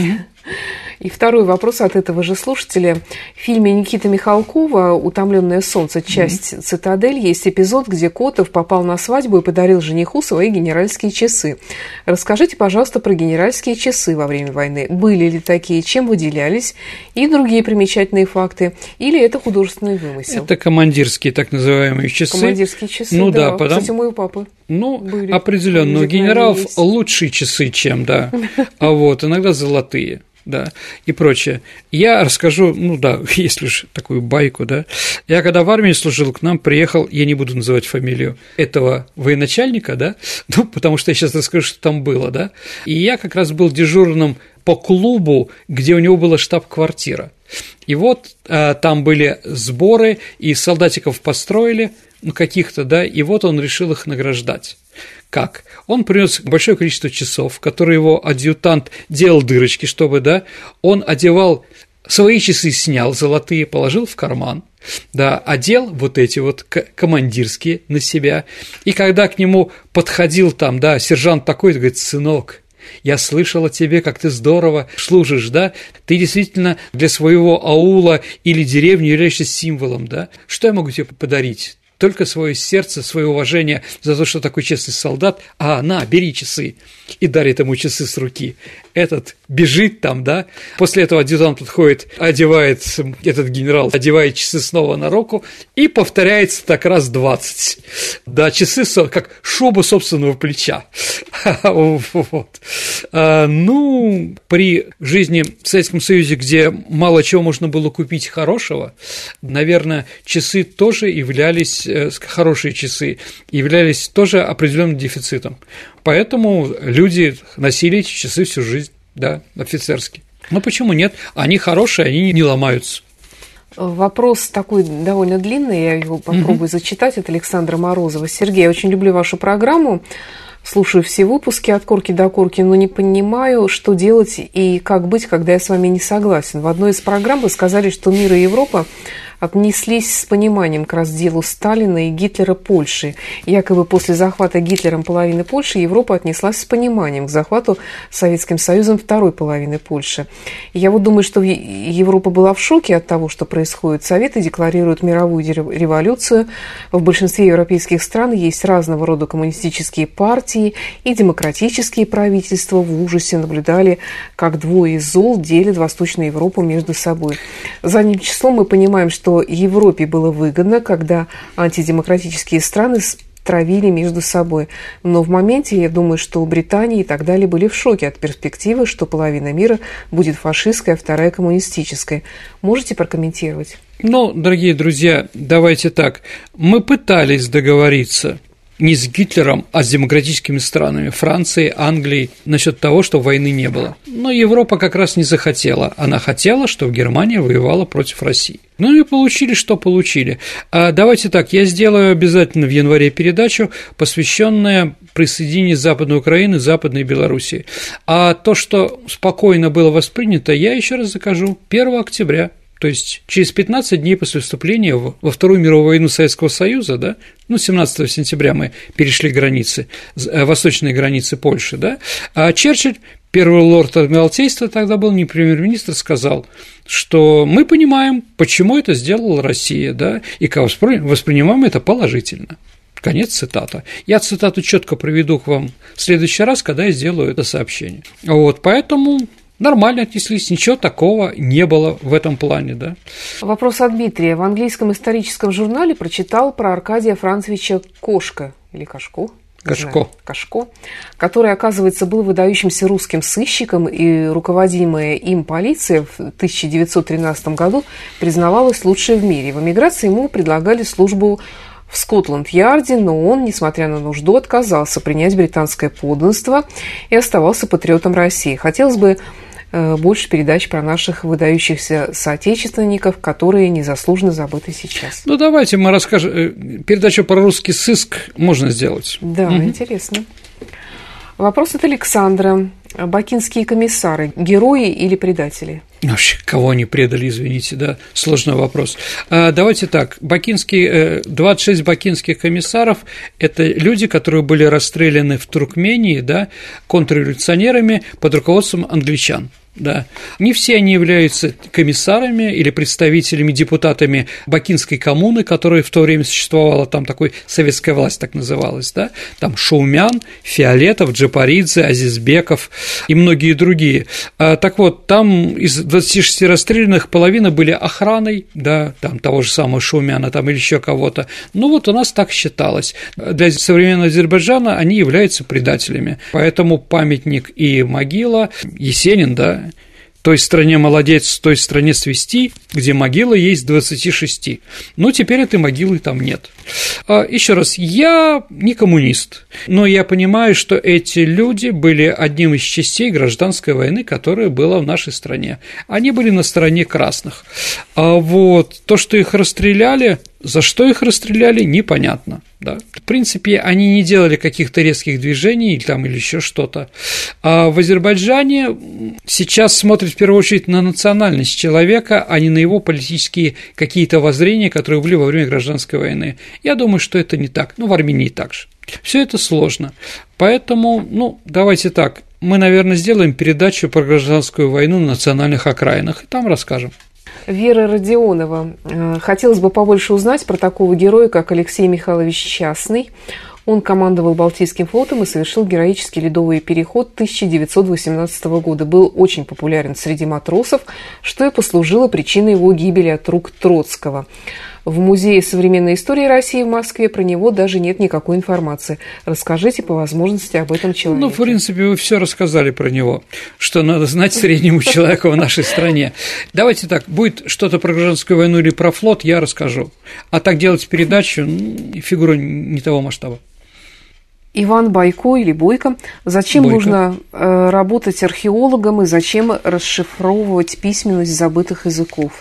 И второй вопрос от этого же слушателя. В фильме Никиты Михалкова «Утомленное солнце», часть «Цитадель», есть эпизод, где Котов попал на свадьбу и подарил жениху свои генеральские часы. Расскажите, пожалуйста, про генеральские часы во время войны. Были ли такие, чем выделялись, и другие примечательные факты, или это художественный вымысел? Это командирские так называемые часы. Командирские часы, ну, да. Кстати, у моего папы. Ну, были. Определенно, у генералов лучшие часы, чем, да, а вот, иногда золотые. Да, и прочее. Я расскажу, ну да, если уж такую байку, да. Я когда в армии служил, к нам приехал, я не буду называть фамилию этого военачальника, да, ну, потому что я сейчас расскажу, что там было, да. И я как раз был дежурным по клубу, где у него была штаб-квартира. И вот там были сборы, и солдатиков построили, ну, каких-то, да, и вот он решил их награждать. Как? Он принес большое количество часов, которые его адъютант делал дырочки, чтобы, да, он одевал свои часы снял золотые, положил в карман, да, одел вот эти вот командирские на себя, и когда к нему подходил там, да, сержант такой, говорит: сынок, я слышал о тебе, как ты здорово служишь, да, ты действительно для своего аула или деревни являешься символом, да, что я могу тебе подарить? Только свое сердце, свое уважение за то, что такой честный солдат, на, бери часы, и дарит ему часы с руки. Этот бежит там, да, после этого адъютант подходит, одевает, этот генерал одевает часы снова на руку, и повторяется так раз 20. Да, часы как шуба собственного плеча. Вот. При жизни в Советском Союзе, где мало чего можно было купить хорошего, наверное, часы тоже являлись, хорошие часы, являлись тоже определенным дефицитом. Поэтому люди носили эти часы всю жизнь, да, офицерские. Но почему нет? Они хорошие, они не ломаются. Вопрос такой довольно длинный, я его попробую зачитать, от Александра Морозова. Сергей, я очень люблю вашу программу, слушаю все выпуски от корки до корки, но не понимаю, что делать и как быть, когда я с вами не согласен. В одной из программ вы сказали, что мир и Европа отнеслись с пониманием к разделу Сталина и Гитлера Польши. Якобы после захвата Гитлером половины Польши Европа отнеслась с пониманием к захвату Советским Союзом второй половины Польши. И я вот думаю, что Европа была в шоке от того, что происходит. Советы декларируют мировую революцию. В большинстве европейских стран есть разного рода коммунистические партии, и демократические правительства в ужасе наблюдали, как двое из зол делят Восточную Европу между собой. Задним числом мы понимаем, что Европе было выгодно, когда антидемократические страны травили между собой. Но в моменте, я думаю, что Британия и так далее были в шоке от перспективы, что половина мира будет фашистской, а вторая коммунистической. Можете прокомментировать? Дорогие друзья, давайте так. Мы пытались договориться не с Гитлером, а с демократическими странами Франции, Англии насчет того, что войны не было. Но Европа как раз не захотела. Она хотела, чтобы Германия воевала против России. И получили, что получили. Давайте так, я сделаю обязательно в январе передачу, посвященную присоединению Западной Украины, Западной Белоруссии. А то, что спокойно было воспринято, я еще раз закажу 1 октября. То есть через 15 дней после вступления во Вторую мировую войну Советского Союза, да, 17 сентября мы перешли границы, восточные границы Польши, да, а Черчилль, первый лорд Адмиралтейства, тогда был не премьер-министр, сказал, что мы понимаем, почему это сделала Россия, да, и воспринимаем это положительно. Конец цитата. Я цитату четко приведу к вам в следующий раз, когда я сделаю это сообщение. Поэтому нормально отнеслись, ничего такого не было в этом плане, да. Вопрос от Дмитрия. В английском историческом журнале прочитал про Аркадия Францевича Кошко, или Кашко? Кашко, который, оказывается, был выдающимся русским сыщиком, и руководимая им полиция в 1913 году признавалась лучшей в мире. В эмиграции ему предлагали службу в Скотланд-Ярде, но он, несмотря на нужду, отказался принять британское подданство и оставался патриотом России. Хотелось бы больше передач про наших выдающихся соотечественников, которые незаслуженно забыты сейчас. Давайте мы расскажем. Передачу про русский сыск можно сделать. Да, интересно. Вопрос от Александра. Бакинские комиссары – герои или предатели? Вообще, кого они предали, извините, да, сложный вопрос. Давайте так, 26 бакинских комиссаров – это люди, которые были расстреляны в Туркмении, да, контрреволюционерами под руководством англичан. Да. Не все они являются комиссарами или представителями, депутатами Бакинской коммуны, которая в то время существовала, там такой советская власть так называлась, да, там Шаумян, Фиолетов, Джапаридзе, Азизбеков и многие другие. Так вот, там из 26 расстрелянных половина были охраной, да, там того же самого Шаумяна там или еще кого-то. У нас так считалось. Для современного Азербайджана они являются предателями. Поэтому памятник и могила Есенин, да, той стране молодец, той стране свести, где могила есть 26. Теперь этой могилы там нет. Еще раз, я не коммунист, но я понимаю, что эти люди были одним из частей гражданской войны, которая была в нашей стране. Они были на стороне красных. То, что их расстреляли За что их расстреляли, непонятно. Да. В принципе, они не делали каких-то резких движений или еще что-то. А в Азербайджане сейчас смотрят в первую очередь на национальность человека, а не на его политические какие-то воззрения, которые были во время гражданской войны. Я думаю, что это не так. В Армении также. Все это сложно. Поэтому, давайте так. Мы, наверное, сделаем передачу про гражданскую войну на национальных окраинах, и там расскажем. Вера Родионова. Хотелось бы побольше узнать про такого героя, как Алексей Михайлович Частный. Он командовал Балтийским флотом и совершил героический ледовый переход 1918 года. Был очень популярен среди матросов, что и послужило причиной его гибели от рук Троцкого. В Музее современной истории России в Москве про него даже нет никакой информации. Расскажите по возможности об этом человеке. В принципе, вы все рассказали про него, что надо знать среднему человеку в нашей стране. Давайте так, будет что-то про гражданскую войну или про флот, я расскажу. А так делать передачу, фигура не того масштаба. Иван Бойко или Бойко. Зачем нужно работать археологом и зачем расшифровывать письменность забытых языков?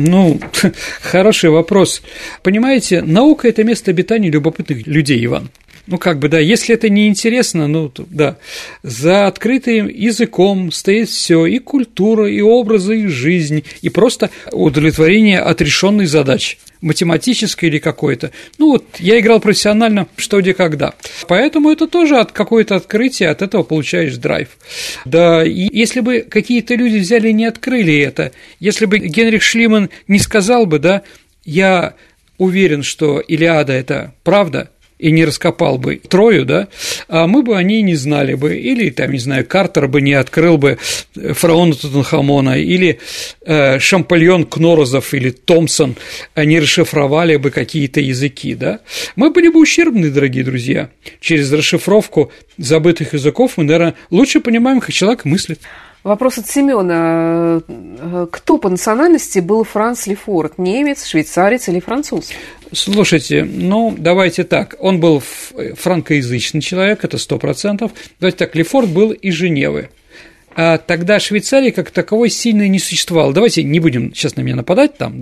Хороший вопрос. Понимаете, наука – это место обитания любопытных людей, Иван. Если это не интересно, за открытым языком стоит все, и культура, и образы, и жизнь, и просто удовлетворение отрешенной задачи, математической или какой-то. Я играл профессионально что, где, когда. Поэтому это тоже какое-то открытие, от этого получаешь драйв. Да, и если бы какие-то люди взяли и не открыли это, если бы Генрих Шлиман не сказал бы, я уверен, что Илиада – это правда, и не раскопал бы Трою, а мы бы о ней не знали бы, или, Картер бы не открыл бы фараона Тутанхамона, или Шампальон Кнорозов или Томпсон не расшифровали бы какие-то языки, мы были бы ущербны, дорогие друзья. Через расшифровку забытых языков мы, наверное, лучше понимаем, как человек мыслит. Вопрос от Семёна. Кто по национальности был Франц Лефорт? Немец, швейцарец или француз? Слушайте, давайте так. Он был франкоязычный человек, это 100%. Давайте так, Лефорт был из Женевы. А тогда Швейцарии как таковой сильно не существовало. Давайте не будем сейчас на меня нападать там,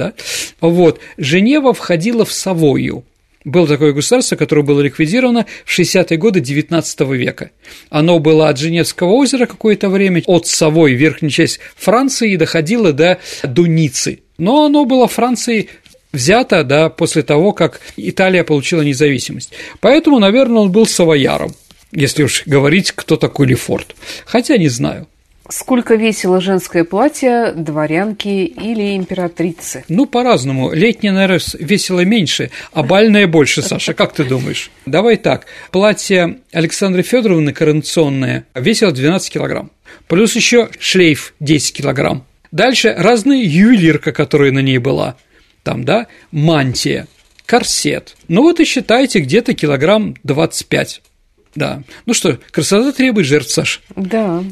Женева входила в Савойю. Было такое государство, которое было ликвидировано в 60-е годы XIX века. Оно было от Женевского озера какое-то время, от Савойи, верхняя часть Франции, и доходило до Ниццы. Но оно было Францией взято, после того, как Италия получила независимость. Поэтому, наверное, он был савояром, если уж говорить, кто такой Лефорт. Хотя не знаю. Сколько весило женское платье дворянки или императрицы? По-разному. Летнее, наверное, весило меньше, а бальное больше, Саша, как ты думаешь? Давай так. Платье Александры Федоровны коронационное весило 12 килограмм. Плюс еще шлейф 10 килограмм. Дальше разная ювелирка, которая на ней была. Мантия, корсет. И считайте, где-то килограмм 25. Да. Красота требует жертв, Саш. Да.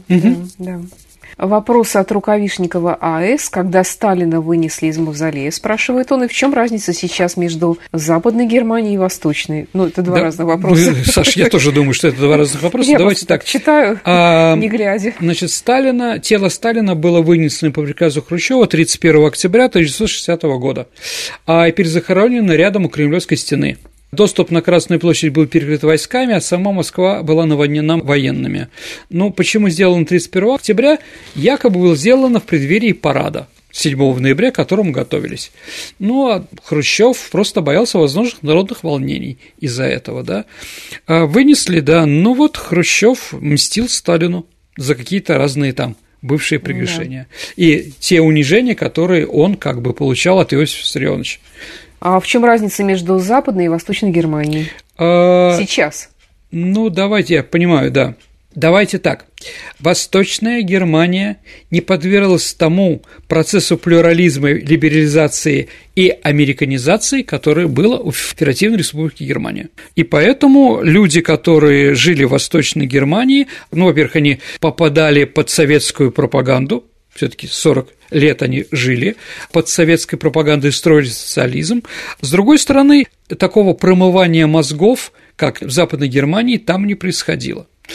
Вопрос от Рукавишникова А.С. Когда Сталина вынесли из мавзолея, спрашивает он, и в чем разница сейчас между Западной Германией и Восточной? Это два разных вопроса. Саш, я тоже думаю, что это два разных вопроса. Давайте так. Читаю, не глядя. Тело Сталина было вынесено по приказу Хрущева 31 октября 1960 года, и перезахоронено рядом у Кремлевской стены. Доступ на Красную площадь был перекрыт войсками, а сама Москва была наводнена военными. Почему сделано 31 октября? Якобы было сделано в преддверии парада 7 ноября, к которому готовились. А Хрущев просто боялся возможных народных волнений из-за этого, Вынесли, Хрущев мстил Сталину за какие-то разные бывшие прегрешения. И те унижения, которые он получал от Иосифа Виссарионовича. А в чем разница между Западной и Восточной Германией сейчас? Давайте, я понимаю, Давайте так. Восточная Германия не подверглась тому процессу плюрализма, либерализации и американизации, которое было у Федеративной Республики Германия. И поэтому люди, которые жили в Восточной Германии, во-первых, они попадали под советскую пропаганду, все-таки 40 лет они жили под советской пропагандой, строили социализм. С другой стороны, такого промывания мозгов, как в Западной Германии, там не происходило.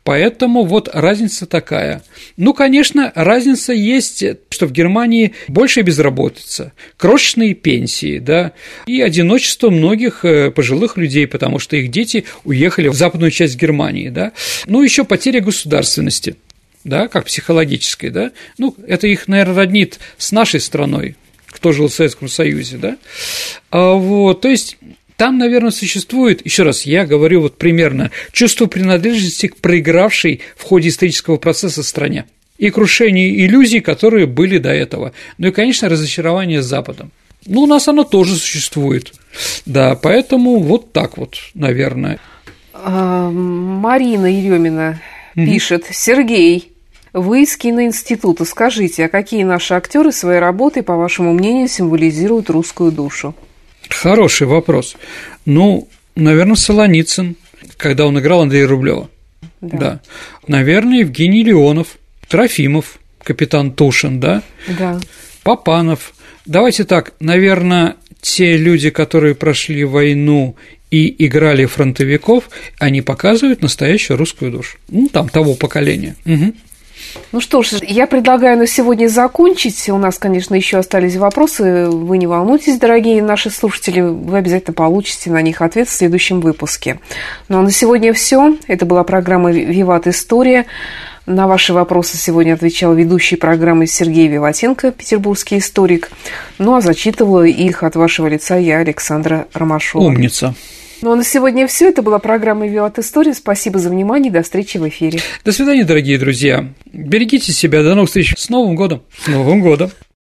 Поэтому вот разница такая. Ну, конечно, разница есть, что в Германии большая безработица, крошечные пенсии, да, и одиночество многих пожилых людей, потому что их дети уехали в западную часть Германии, да. Ну, еще потеря государственности, да, как психологической, да. Ну, это их, наверное, роднит с нашей страной, кто жил в Советском Союзе, да. Вот, то есть там, наверное, существует, еще раз, я говорю вот примерно, чувство принадлежности к проигравшей в ходе исторического процесса стране и крушение иллюзий, которые были до этого. Ну и, конечно, разочарование с Западом. Ну, у нас оно тоже существует, да, поэтому вот так вот, наверное. Марина Еремина пишет: Сергей, вы из киноинститута, скажите, а какие наши актеры своей работой, по вашему мнению, символизируют русскую душу? Хороший вопрос. Ну, наверное, Солоницын, когда он играл Андрея Рублева. Да. Наверное, Евгений Леонов, Трофимов, капитан Тушин, да? Да. Папанов. Давайте так, наверное, те люди, которые прошли войну и играли фронтовиков, они показывают настоящую русскую душу. Ну, там, того поколения. Угу. Ну что ж, я предлагаю на сегодня закончить. У нас, конечно, еще остались вопросы. Вы не волнуйтесь, дорогие наши слушатели, вы обязательно получите на них ответ в следующем выпуске. Ну а на сегодня все. Это была программа «Виват. История». На ваши вопросы сегодня отвечал ведущий программы Сергей Виватенко, петербургский историк. Ну а зачитывала их от вашего лица я, Александра Ромашова. Умница. Ну а на сегодня все. Это была программа «Виват. История». Спасибо за внимание. До встречи в эфире. До свидания, дорогие друзья. Берегите себя. До новых встреч. С Новым годом. С Новым годом.